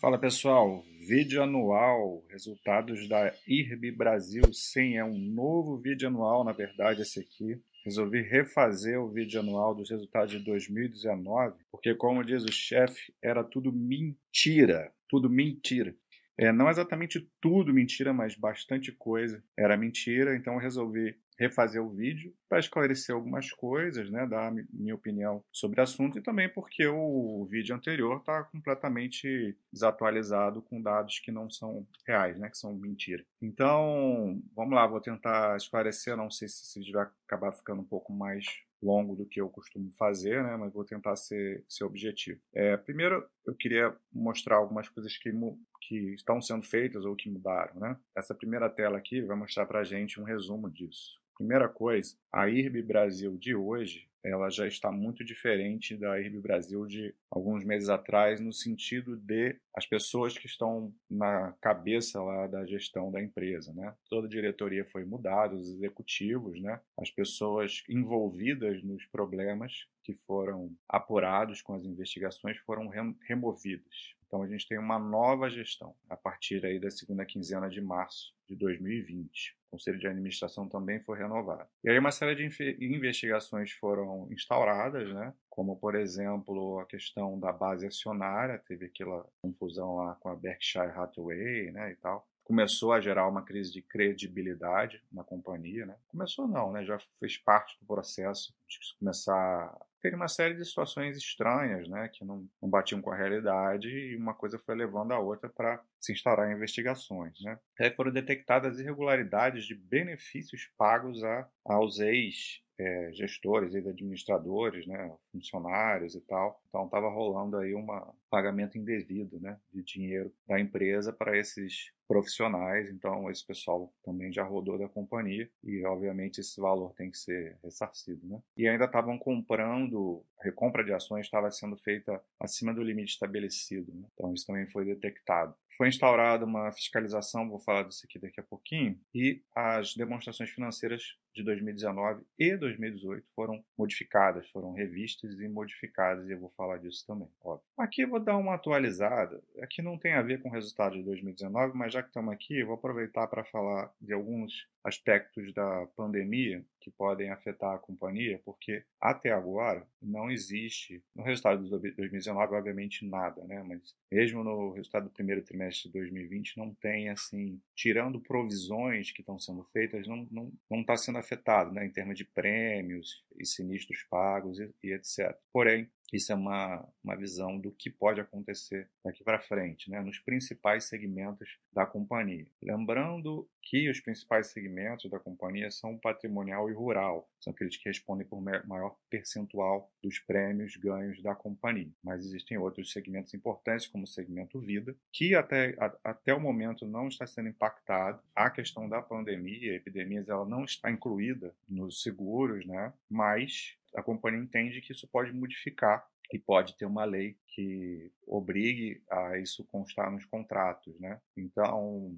Fala pessoal, vídeo anual, resultados da IRB Brasil. Sim, é um novo vídeo anual, na verdade, esse aqui. Resolvi refazer o vídeo anual dos resultados de 2019, porque, como diz o chefe, era tudo mentira. Tudo mentira. Não exatamente tudo mentira, mas bastante coisa era mentira, então eu resolvi refazer o vídeo para esclarecer algumas coisas, né, dar a minha opinião sobre o assunto e também porque o vídeo anterior está completamente desatualizado com dados que não são reais, né, que são mentira. Então, vamos lá, vou tentar esclarecer, não sei se esse vídeo vai acabar ficando um pouco mais longo do que eu costumo fazer, né, mas vou tentar ser objetivo. Primeiro, eu queria mostrar algumas coisas que estão sendo feitas ou que mudaram, né? Essa primeira tela aqui vai mostrar para a gente um resumo disso. Primeira coisa, a IRB Brasil de hoje, ela já está muito diferente da IRB Brasil de alguns meses atrás, no sentido de as pessoas que estão na cabeça lá da gestão da empresa, né? Toda a diretoria foi mudada, os executivos, né? As pessoas envolvidas nos problemas que foram apurados com as investigações foram removidas. Então a gente tem uma nova gestão a partir aí da segunda quinzena de março de 2020. O Conselho de Administração também foi renovado. E aí uma série de investigações foram instauradas, né? Como, por exemplo, a questão da base acionária, teve aquela confusão lá com a Berkshire Hathaway, né, e tal. Começou a gerar uma crise de credibilidade na companhia, né? Começou não, né? Já fez parte do processo de começar teve uma série de situações estranhas, né, que não batiam com a realidade e uma coisa foi levando a outra para se instaurar investigações, né. Aí foram detectadas irregularidades de benefícios pagos aos gestores e administradores, né, funcionários e tal. Então estava rolando aí um pagamento indevido, né, de dinheiro da empresa para esses profissionais. Então esse pessoal também já rodou da companhia e obviamente esse valor tem que ser ressarcido, né? E ainda estavam comprando, a recompra de ações estava sendo feita acima do limite estabelecido, né? Então isso também foi detectado. Foi instaurada uma fiscalização, vou falar disso aqui daqui a pouquinho, e as demonstrações financeiras de 2019 e 2018 foram modificadas, foram revistas e modificadas, e eu vou falar disso também. Óbvio. Aqui eu vou dar uma atualizada, aqui não tem a ver com o resultado de 2019, mas já que estamos aqui, eu vou aproveitar para falar de alguns aspectos da pandemia que podem afetar a companhia, porque até agora não existe, no resultado de 2019, obviamente nada, né? Mas mesmo no resultado do primeiro trimestre de 2020, não tem, assim, tirando provisões que estão sendo feitas, não está sendo afetado, né? Em termos de prêmios e sinistros pagos e etc. Porém, isso é uma visão do que pode acontecer daqui para frente, né, nos principais segmentos da companhia. Lembrando que os principais segmentos da companhia são patrimonial e rural, são aqueles que respondem por maior percentual dos prêmios ganhos da companhia. Mas existem outros segmentos importantes, como o segmento vida, que até o momento não está sendo impactado. A questão da pandemia, epidemias, ela não está incluída nos seguros, né, mas a companhia entende que isso pode modificar e pode ter uma lei que obrigue a isso constar nos contratos, né? Então,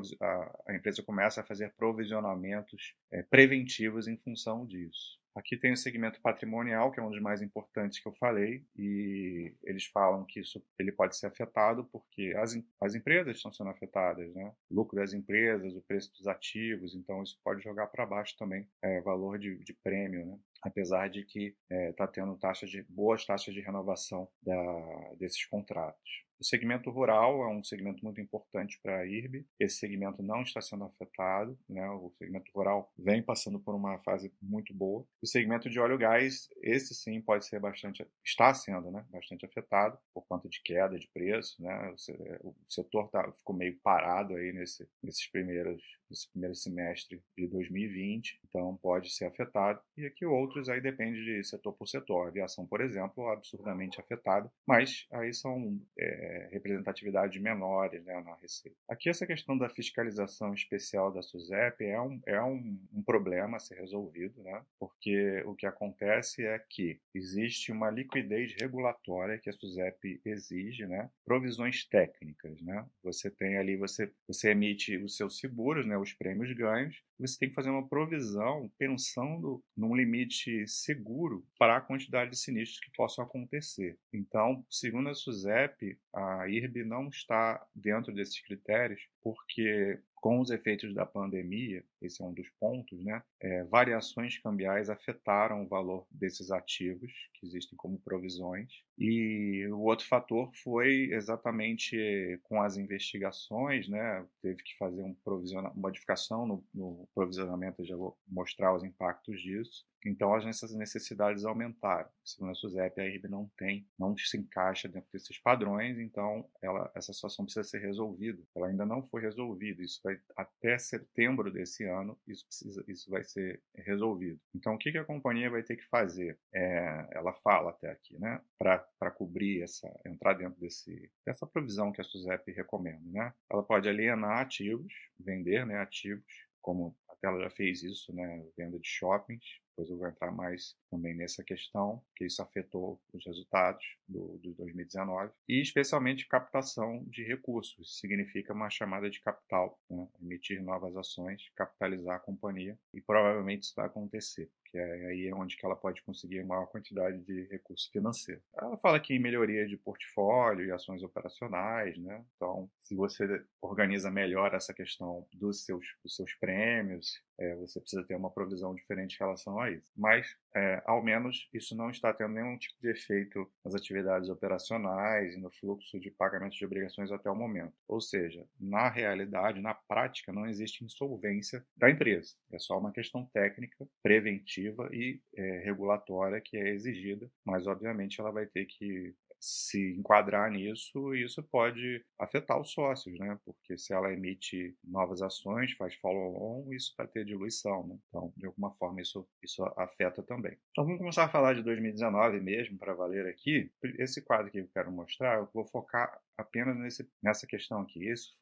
a empresa começa a fazer provisionamentos preventivos em função disso. Aqui tem o segmento patrimonial, que é um dos mais importantes que eu falei, e eles falam que ele pode ser afetado porque as empresas estão sendo afetadas, né? O lucro das empresas, o preço dos ativos, então isso pode jogar para baixo também valor de prêmio, né? Apesar de que está tendo boas taxas de renovação desses contratos. O segmento rural é um segmento muito importante para a IRB. Esse segmento não está sendo afetado, né? O segmento rural vem passando por uma fase muito boa. O segmento de óleo e gás, esse sim está sendo, né, bastante afetado por conta de queda de preço, né? O setor ficou meio parado aí nesse primeiro semestre de 2020, então pode ser afetado. E aqui outros aí depende de setor por setor. A aviação, por exemplo, absurdamente afetada, mas aí são representatividades menores, né, na receita. Aqui essa questão da fiscalização especial da SUSEP é um problema a ser resolvido, né, porque o que acontece é que existe uma liquidez regulatória que a SUSEP exige, né, provisões técnicas, né. Você tem ali, você emite os seus seguros, né, os prêmios ganhos, você tem que fazer uma provisão pensando num limite seguro para a quantidade de sinistros que possam acontecer. Então, segundo a SUSEP, a IRB não está dentro desses critérios porque com os efeitos da pandemia, esse é um dos pontos, né? Variações cambiais afetaram o valor desses ativos que existem como provisões. E o outro fator foi exatamente com as investigações, né? Teve que fazer uma modificação no provisionamento, eu já vou mostrar os impactos disso. Então, as necessidades aumentaram. Segundo a SUSEP, a IRB não se encaixa dentro desses padrões, então essa situação precisa ser resolvida. Ela ainda não foi resolvida. Isso vai até setembro desse ano, isso vai ser resolvido. Então, o que a companhia vai ter que fazer? Ela fala até aqui, né? Para cobrir entrar dentro dessa provisão que a SUSEP recomenda, né? Ela pode alienar ativos, vender, né, ativos, como até ela já fez isso, né, venda de shoppings. Depois eu vou entrar mais também nessa questão, que isso afetou os resultados de 2019, e especialmente captação de recursos. Isso significa uma chamada de capital, né, emitir novas ações, capitalizar a companhia, e provavelmente isso vai acontecer, que aí é onde que ela pode conseguir maior quantidade de recursos financeiros. Ela fala aqui em melhoria de portfólio e ações operacionais, né? Então, se você organiza melhor essa questão dos seus prêmios, você precisa ter uma provisão diferente em relação a isso. Mas, ao menos, isso não está tendo nenhum tipo de efeito nas atividades operacionais e no fluxo de pagamento de obrigações até o momento. Ou seja, na realidade, na prática, não existe insolvência da empresa. É só uma questão técnica, preventiva e regulatória que é exigida, mas, obviamente, ela vai ter que se enquadrar nisso, e isso pode afetar os sócios, né? Porque se ela emite novas ações, faz follow-on, isso vai ter diluição, né? Então, de alguma forma, isso afeta também. Então, vamos começar a falar de 2019 mesmo, para valer aqui. Esse quadro que eu quero mostrar, eu vou focar apenas nessa questão aqui. Isso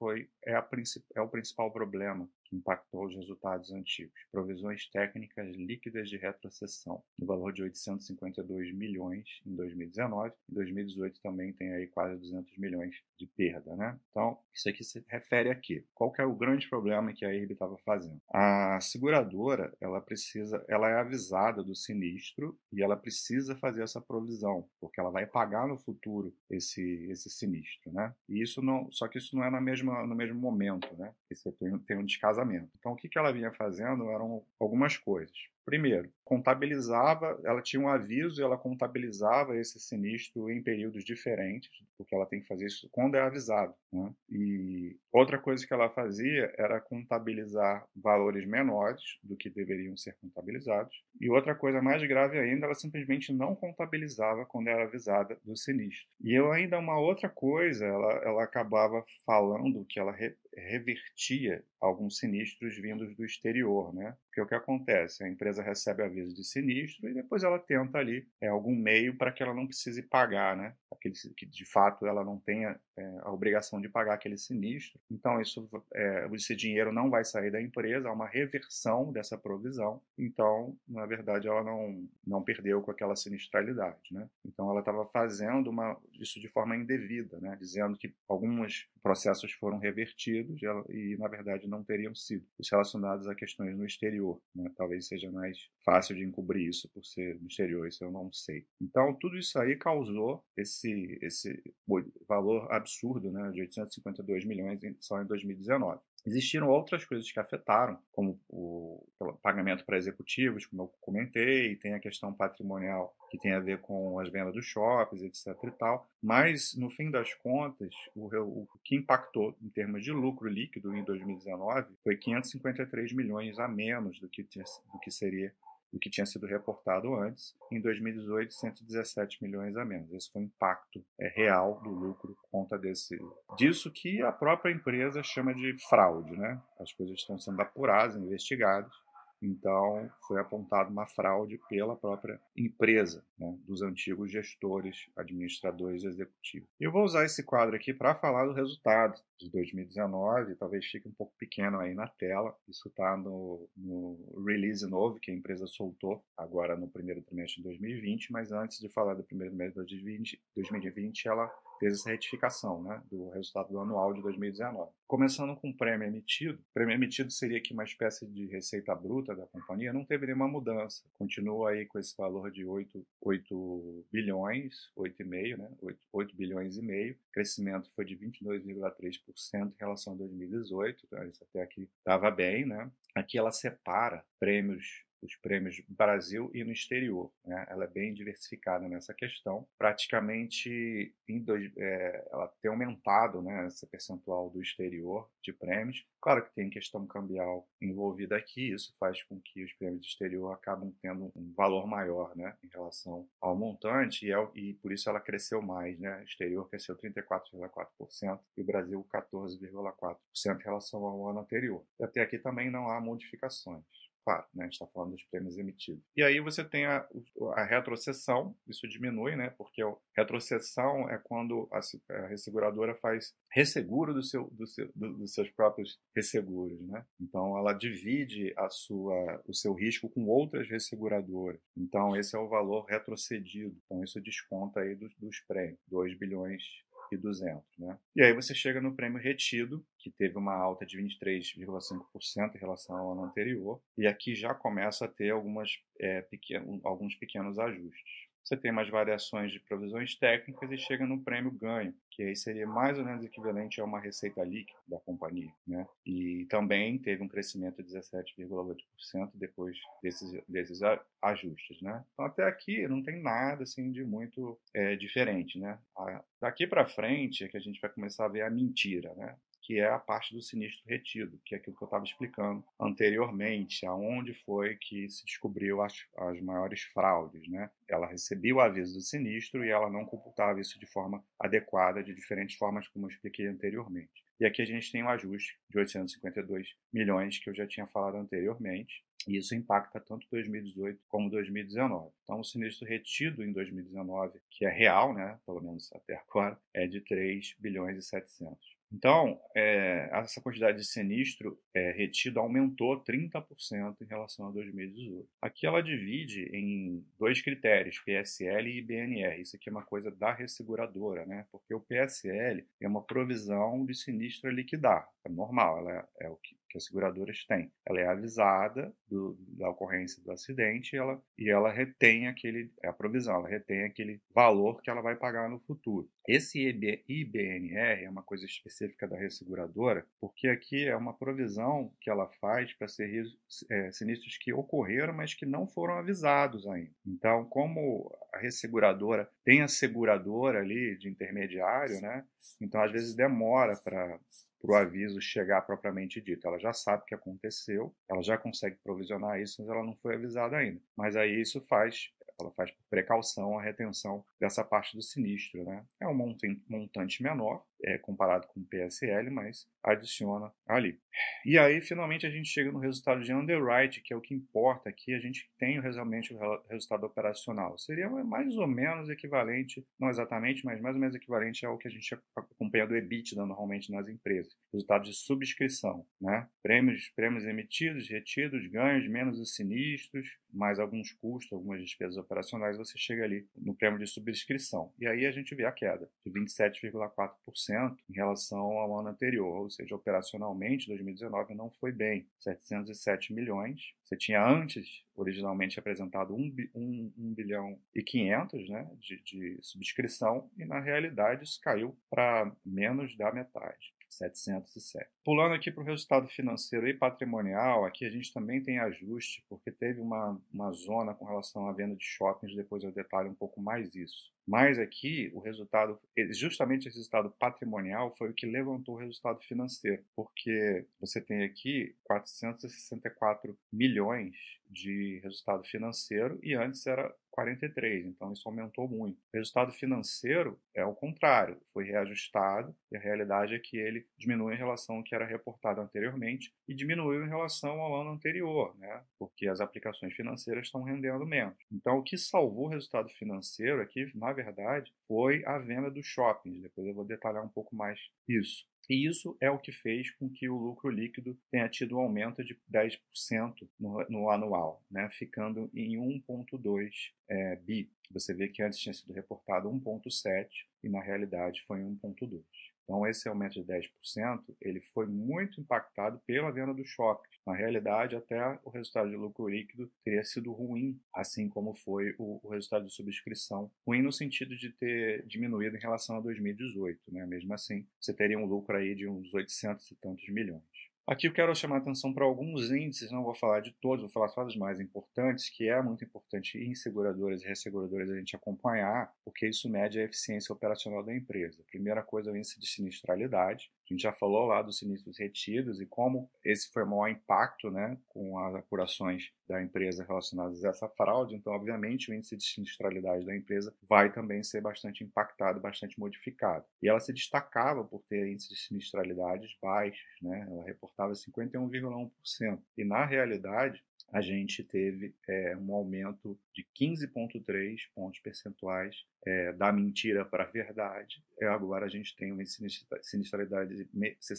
é o principal problema que impactou os resultados antigos. Provisões técnicas líquidas de retrocessão, no valor de 852 milhões em 2019. Em 2018 também tem aí quase 200 milhões de perda, né? Então, isso aqui se refere a quê? Qual que é o grande problema que a IRB estava fazendo? A seguradora, ela é avisada do sinistro e ela precisa fazer essa provisão, porque ela vai pagar no futuro esse sinistro, né? E só que isso não é no mesmo momento, né? Isso tem um descasamento. Então, o que ela vinha fazendo eram algumas coisas. Primeiro, ela tinha um aviso e ela contabilizava esse sinistro em períodos diferentes, porque ela tem que fazer isso quando é avisado, né? E outra coisa que ela fazia era contabilizar valores menores do que deveriam ser contabilizados. E outra coisa mais grave ainda, ela simplesmente não contabilizava quando era avisada do sinistro. E ainda uma outra coisa, ela acabava falando que ela revertia alguns sinistros vindos do exterior, né? Porque o que acontece? A empresa recebe aviso de sinistro e depois ela tenta ali algum meio para que ela não precise pagar, né? Que de fato ela não tenha a obrigação de pagar aquele sinistro. Então esse dinheiro não vai sair da empresa, há uma reversão dessa provisão. Então, na verdade, ela não perdeu com aquela sinistralidade, né? Então ela estava fazendo isso de forma indevida, né? Dizendo que alguns processos foram revertidos e na verdade não teriam sido os relacionados a questões no exterior, né? Talvez seja mais fácil de encobrir isso por ser no exterior, isso eu não sei. Então tudo isso aí causou esse valor absurdo, né, de 852 milhões só em 2019. Existiram outras coisas que afetaram, como o pagamento para executivos, como eu comentei, tem a questão patrimonial que tem a ver com as vendas dos shoppings, etc. e tal, mas no fim das contas, o que impactou em termos de lucro líquido em 2019 foi 553 milhões a menos do que tinha sido reportado antes. Em 2018, 117 milhões a menos. Esse foi o impacto real do lucro por conta disso que a própria empresa chama de fraude, né? As coisas estão sendo apuradas, investigadas. Então, foi apontada uma fraude pela própria empresa, né, dos antigos gestores, administradores executivos. Eu vou usar esse quadro aqui para falar do resultado de 2019, talvez fique um pouco pequeno aí na tela. Isso está no release novo que a empresa soltou agora no primeiro trimestre de 2020, mas antes de falar do primeiro trimestre de 2020, ela fez essa retificação, né, do resultado do anual de 2019. Começando com o prêmio emitido. O prêmio emitido seria aqui uma espécie de receita bruta da companhia, não teve nenhuma mudança. Continua aí com esse valor de 8 bilhões, 8,5, né, 8 bilhões e meio. O crescimento foi de 22,3% em relação a 2018, tá? Isso até aqui estava bem, né? Aqui ela separa os prêmios no Brasil e no exterior, né? Ela é bem diversificada nessa questão. Praticamente ela tem aumentado, né, esse percentual do exterior de prêmios. Claro que tem questão cambial envolvida aqui, isso faz com que os prêmios do exterior acabem tendo um valor maior, né, em relação ao montante, e por isso ela cresceu mais, né? O exterior cresceu 34,4% e o Brasil 14,4% em relação ao ano anterior. E até aqui também não há modificações. Claro, né, a gente está falando dos prêmios emitidos. E aí você tem a retrocessão, isso diminui, né, porque a retrocessão é quando a resseguradora faz resseguro dos seus próprios resseguros, né? Então ela divide o seu risco com outras resseguradoras. Então esse é o valor retrocedido. Então isso desconta aí dos prêmios, 2 bilhões e 200, né? E aí você chega no prêmio retido, que teve uma alta de 23,5% em relação ao ano anterior, e aqui já começa a ter alguns pequenos ajustes. Você tem mais variações de provisões técnicas e chega no prêmio ganho, que aí seria mais ou menos equivalente a uma receita líquida da companhia, né? E também teve um crescimento de 17,8% depois desses ajustes, né? Então até aqui não tem nada assim de muito diferente, né? Daqui para frente é que a gente vai começar a ver a mentira, né? Que é a parte do sinistro retido, que é aquilo que eu estava explicando anteriormente, aonde foi que se descobriu as maiores fraudes, né? Ela recebia o aviso do sinistro e ela não computava isso de forma adequada, de diferentes formas, como eu expliquei anteriormente. E aqui a gente tem um ajuste de 852 milhões que eu já tinha falado anteriormente, e isso impacta tanto 2018 como 2019. Então, o sinistro retido em 2019, que é real, né, pelo menos até agora, é de 3 bilhões e 700. Então, essa quantidade de sinistro retido aumentou 30% em relação a 2018. Aqui ela divide em dois critérios, PSL e IBNR. Isso aqui é uma coisa da resseguradora, né? Porque o PSL é uma provisão de sinistro a liquidar. É normal, ela é o que as seguradoras têm. Ela é avisada da ocorrência do acidente e ela retém a provisão, ela retém aquele valor que ela vai pagar no futuro. Esse IBNR é uma coisa específica da resseguradora, porque aqui é uma provisão que ela faz para sinistros que ocorreram, mas que não foram avisados ainda. Então, como a resseguradora tem a seguradora ali de intermediário, né? Então, às vezes demora para o aviso chegar propriamente dito. Ela já sabe o que aconteceu, ela já consegue provisionar isso, mas ela não foi avisada ainda. Mas aí ela faz por precaução a retenção dessa parte do sinistro, né? É um montante menor, comparado com o PSL, mas adiciona ali. E aí, finalmente, a gente chega no resultado de underwrite, que é o que importa aqui, a gente tem realmente o resultado operacional. Seria mais ou menos equivalente, não exatamente, mas mais ou menos equivalente ao que a gente acompanha do EBITDA normalmente nas empresas. Resultado de subscrição, né? Prêmios emitidos, retidos, ganhos, menos os sinistros, mais alguns custos, algumas despesas operacionais, você chega ali no prêmio de subscrição. E aí a gente vê a queda de 27,4% em relação ao ano anterior, ou seja, operacionalmente 2019 não foi bem, 707 milhões. Você tinha antes, originalmente apresentado 1 bilhão e 500, né, de subscrição, e na realidade isso caiu para menos da metade. 707. Pulando aqui para o resultado financeiro e patrimonial, aqui a gente também tem ajuste, porque teve uma zona com relação à venda de shoppings, depois eu detalho um pouco mais isso. Mas aqui, justamente esse resultado patrimonial foi o que levantou o resultado financeiro, porque você tem aqui 464 milhões de resultado financeiro e antes era 43, então isso aumentou muito. O resultado financeiro é o contrário, foi reajustado e a realidade é que ele diminui em relação ao que era reportado anteriormente e diminuiu em relação ao ano anterior, né? Porque as aplicações financeiras estão rendendo menos. Então, o que salvou o resultado financeiro aqui, na verdade, foi a venda dos shoppings. Depois eu vou detalhar um pouco mais isso. E isso é o que fez com que o lucro líquido tenha tido um aumento de 10% no anual, né? Ficando em 1,2 bi. Você vê que antes tinha sido reportado 1,7 e na realidade foi 1,2%. Então, esse aumento de 10%, ele foi muito impactado pela venda do shopping. Na realidade, até o resultado de lucro líquido teria sido ruim, assim como foi o resultado de subscrição. Ruim no sentido de ter diminuído em relação a 2018, né? Mesmo assim, você teria um lucro aí de uns 800 e tantos milhões. Aqui eu quero chamar a atenção para alguns índices, não vou falar de todos, vou falar só dos mais importantes, que é muito importante em seguradoras e resseguradoras a gente acompanhar, porque isso mede a eficiência operacional da empresa. A primeira coisa é o índice de sinistralidade. A gente já falou lá dos sinistros retidos e como esse foi o maior impacto, né, com as apurações da empresa relacionadas a essa fraude. Então, obviamente, o índice de sinistralidade da empresa vai também ser bastante impactado, bastante modificado. E ela se destacava por ter índices de sinistralidades baixos, né? Ela reportava 51,1%. E, na realidade, a gente teve um aumento de 15,3 pontos percentuais da mentira para a verdade. Agora a gente tem uma sinistralidade de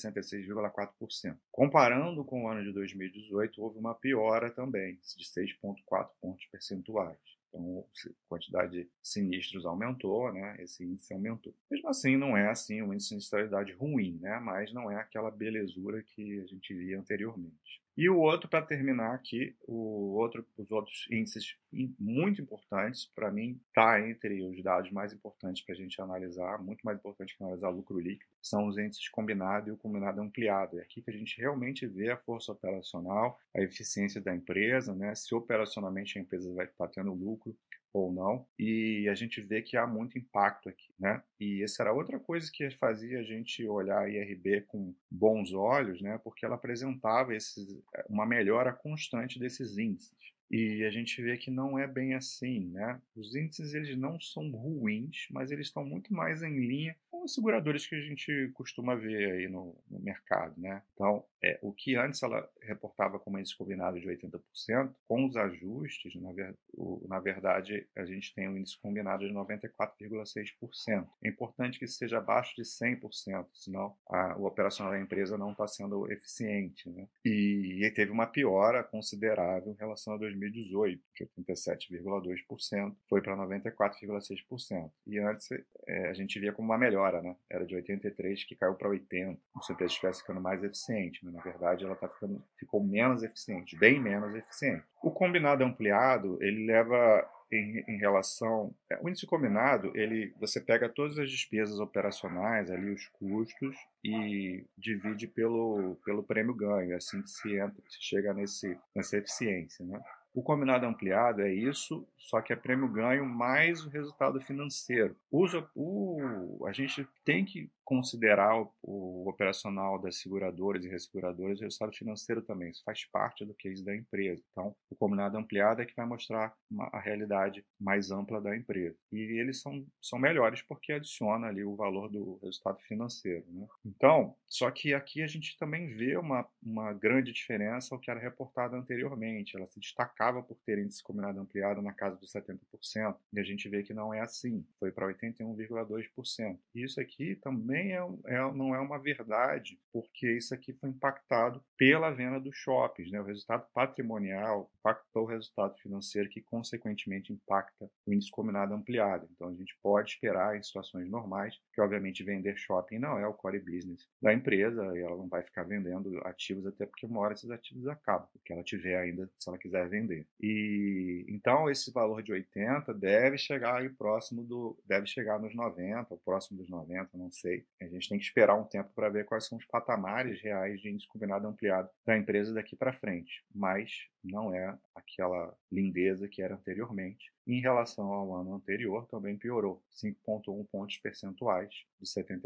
66,4%. Comparando com o ano de 2018, houve uma piora também, de 6,4 pontos percentuais. Então, a quantidade de sinistros aumentou, né? Esse índice aumentou. Mesmo assim, não é assim um índice de sinistralidade ruim, né? Mas não é aquela belezura que a gente via anteriormente. E o outro, para terminar aqui, os outros índices muito importantes, para mim, está entre os dados mais importantes para a gente analisar, muito mais importante que analisar lucro líquido, são os índices combinado e o combinado ampliado. É aqui que a gente realmente vê a força operacional, a eficiência da empresa, né? Se operacionalmente a empresa vai estar tendo lucro ou não, e a gente vê que há muito impacto aqui, né? E essa era outra coisa que fazia a gente olhar a IRB com bons olhos, né? Porque ela apresentava uma melhora constante desses índices. E a gente vê que não é bem assim, né? Os índices eles não são ruins, mas eles estão muito mais em linha com os seguradores que a gente costuma ver aí no mercado, né? Então, o que antes ela reportava como índice combinado de 80%, com os ajustes, na verdade, a gente tem um índice combinado de 94,6%. É importante que isso seja abaixo de 100%, senão o operacional da empresa não está sendo eficiente, né? E teve uma piora considerável em relação a 2018, de 87,2%, foi para 94,6%. E antes a gente via como uma melhora, né? Era de 83 que caiu para 80, como se a empresa estivesse ficando mais eficiente, mas na verdade ela ficou menos eficiente, bem menos eficiente. O combinado ampliado, ele leva em relação... O índice combinado, você pega todas as despesas operacionais, ali os custos, e divide pelo prêmio ganho, assim que se chega nessa eficiência, né? O combinado ampliado é isso, só que é prêmio ganho mais o resultado financeiro. A gente tem que considerar o operacional das seguradoras e resseguradoras e o resultado financeiro também. Isso faz parte do case da empresa. Então, o combinado ampliado é que vai mostrar a realidade mais ampla da empresa. E eles são melhores porque adiciona ali o valor do resultado financeiro, né? Então, só que aqui a gente também vê uma grande diferença ao que era reportado anteriormente. Ela se destacava por ter índice combinado ampliado na casa dos 70%, e a gente vê que não é assim, foi para 81,2%. E isso aqui também não é uma verdade, porque isso aqui foi impactado pela venda dos shoppings, né? O resultado patrimonial impactou o resultado financeiro, que consequentemente impacta o índice combinado ampliado. Então a gente pode esperar em situações normais, que obviamente vender shopping não é o core business da empresa, e ela não vai ficar vendendo ativos, até porque uma hora esses ativos acabam, o que ela tiver ainda, se ela quiser vender. E então esse valor de 80 deve chegar aí deve chegar nos 90, ou próximo dos 90, não sei. A gente tem que esperar um tempo para ver quais são os patamares reais de índice combinado ampliado da empresa daqui para frente, mas não é aquela lindeza que era anteriormente. Em relação ao ano anterior, também piorou, 5,1 pontos percentuais, de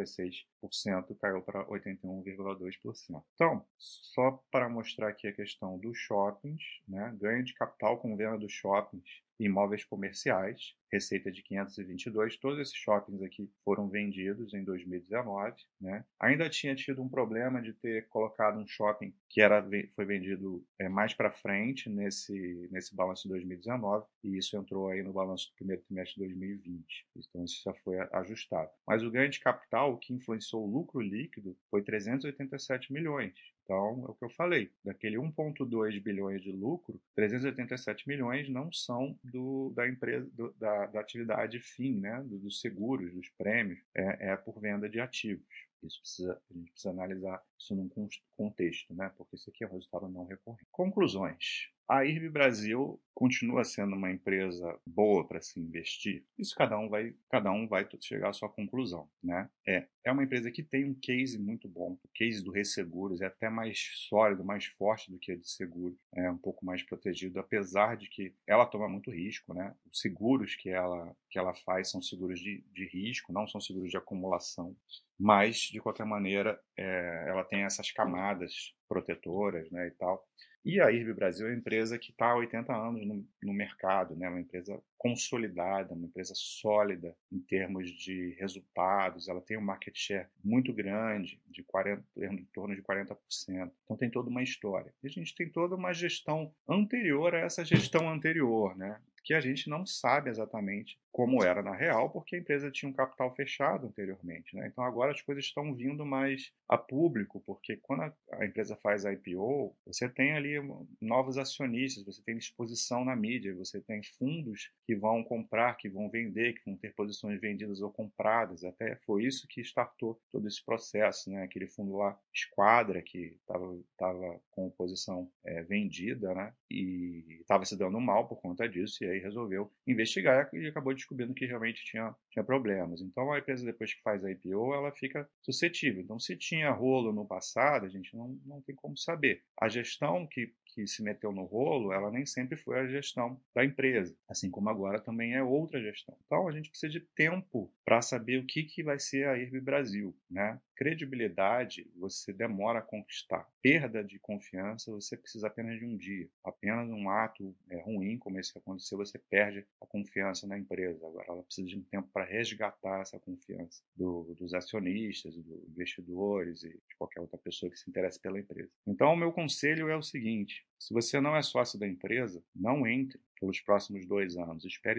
76% caiu para 81,2%. Então, só para mostrar aqui a questão dos shoppings, né? Ganho de capital com venda dos shoppings, imóveis comerciais, receita de 522, todos esses shoppings aqui foram vendidos em 2019, né? Ainda tinha tido um problema de ter colocado um shopping que foi vendido mais para frente nesse balanço de 2019, e isso entrou aí no balanço do primeiro trimestre de 2020. Então isso já foi ajustado. Mas o ganho de capital, o que influenciou o lucro líquido, foi 387 milhões. Então, é o que eu falei, daquele 1,2 bilhões de lucro, 387 milhões não são da empresa, da atividade fim, né? Dos seguros, dos prêmios, é por venda de ativos. A gente precisa analisar isso num contexto, né? Porque isso aqui é um resultado não recorrente. Conclusões. A IRB Brasil continua sendo uma empresa boa para se investir? Isso cada um vai chegar à sua conclusão, né? É uma empresa que tem um case muito bom. O case do Resseguros é até mais sólido, mais forte do que a de seguro. É um pouco mais protegido, apesar de que ela toma muito risco, né? Os seguros que ela faz são seguros de risco, não são seguros de acumulação. Mas, de qualquer maneira, ela tem essas camadas protetoras, né, e tal. E a IRB Brasil é uma empresa que está há 80 anos no mercado, né? Uma empresa consolidada, uma empresa sólida em termos de resultados. Ela tem um market share muito grande, em torno de 40%. Então tem toda uma história. E a gente tem toda uma gestão anterior a essa gestão anterior, né? Que a gente não sabe exatamente como era na real, porque a empresa tinha um capital fechado anteriormente, né? Então agora as coisas estão vindo mais a público, porque quando a empresa faz IPO, você tem ali novos acionistas, você tem exposição na mídia, você tem fundos que vão comprar, que vão vender, que vão ter posições vendidas ou compradas. Até foi isso que startou todo esse processo, né? Aquele fundo lá, Esquadra, que estava com posição vendida, né? E estava se dando mal por conta disso, e aí resolveu investigar e acabou descobrindo que realmente tinha problemas. Então a empresa, depois que faz a IPO, ela fica suscetível. Então, se tinha rolo no passado, a gente não tem como saber. A gestão que se meteu no rolo, ela nem sempre foi a gestão da empresa, assim como agora também é outra gestão. Então, a gente precisa de tempo para saber o que vai ser a IRB Brasil, né? Credibilidade você demora a conquistar. Perda de confiança você precisa apenas de um dia. Apenas um ato ruim como esse que aconteceu, você perde a confiança na empresa. Agora ela precisa de um tempo para resgatar essa confiança dos acionistas, dos investidores e de qualquer outra pessoa que se interesse pela empresa. Então o meu conselho é o seguinte: se você não é sócio da empresa, não entre pelos próximos 2 anos. Espere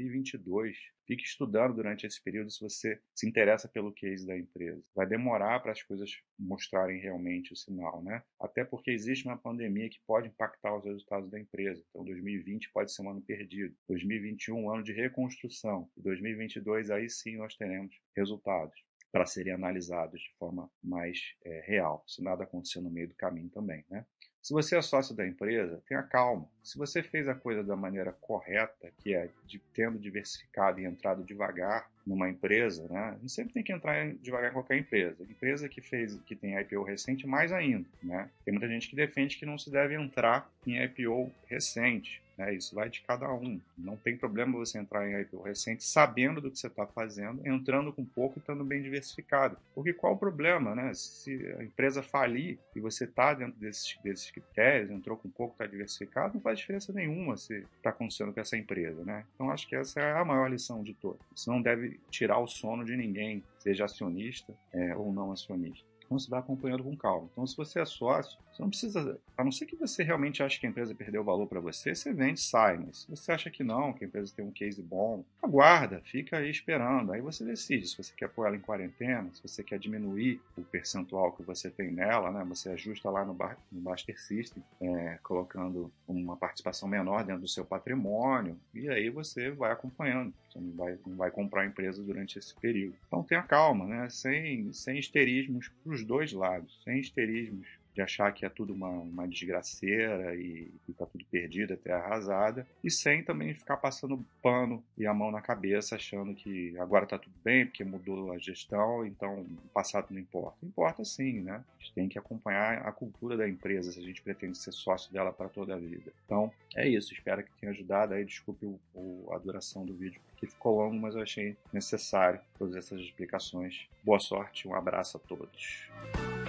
2022. Fique estudando durante esse período se você se interessa pelo case da empresa. Vai demorar para as coisas mostrarem realmente o sinal, né? Até porque existe uma pandemia que pode impactar os resultados da empresa. Então 2020 pode ser um ano perdido. 2021 um ano de reconstrução. E 2022 aí sim nós teremos resultados para serem analisados de forma mais real, se nada acontecer no meio do caminho também, né? Se você é sócio da empresa, tenha calma. Se você fez a coisa da maneira correta, que é tendo diversificado e entrado devagar numa empresa, né? A gente sempre tem que entrar devagar em qualquer empresa. Empresa que tem IPO recente, mais ainda, né? Tem muita gente que defende que não se deve entrar em IPO recente. Isso vai de cada um. Não tem problema você entrar em IPO recente sabendo do que você está fazendo, entrando com pouco e estando bem diversificado. Porque qual o problema, né? Se a empresa falir e você está dentro desses critérios, entrou com pouco, está diversificado, não faz diferença nenhuma se está acontecendo com essa empresa, né? Então acho que essa é a maior lição de todas. Isso não deve tirar o sono de ninguém, seja acionista ou não acionista. Então você vai acompanhando com calma. Então, se você é sócio, você não precisa, a não ser que você realmente ache que a empresa perdeu valor para você, você vende e sai. Mas se você acha que não, que a empresa tem um case bom, aguarda, fica aí esperando. Aí você decide se você quer pôr ela em quarentena, se você quer diminuir o percentual que você tem nela, né? Você ajusta lá no Baster System, colocando uma participação menor dentro do seu patrimônio, e aí você vai acompanhando. Você não vai comprar a empresa durante esse período. Então tenha calma, né? Sem histerismos para os dois lados, sem histerismos de achar que é tudo uma desgraceira e está tudo perdido, até arrasada, e sem também ficar passando pano e a mão na cabeça achando que agora está tudo bem porque mudou a gestão, então o passado não importa. Importa sim, né? A gente tem que acompanhar a cultura da empresa se a gente pretende ser sócio dela para toda a vida. Então é isso, espero que tenha ajudado. Aí desculpe a duração do vídeo, que ficou longo, mas eu achei necessário todas essas explicações. Boa sorte, um abraço a todos.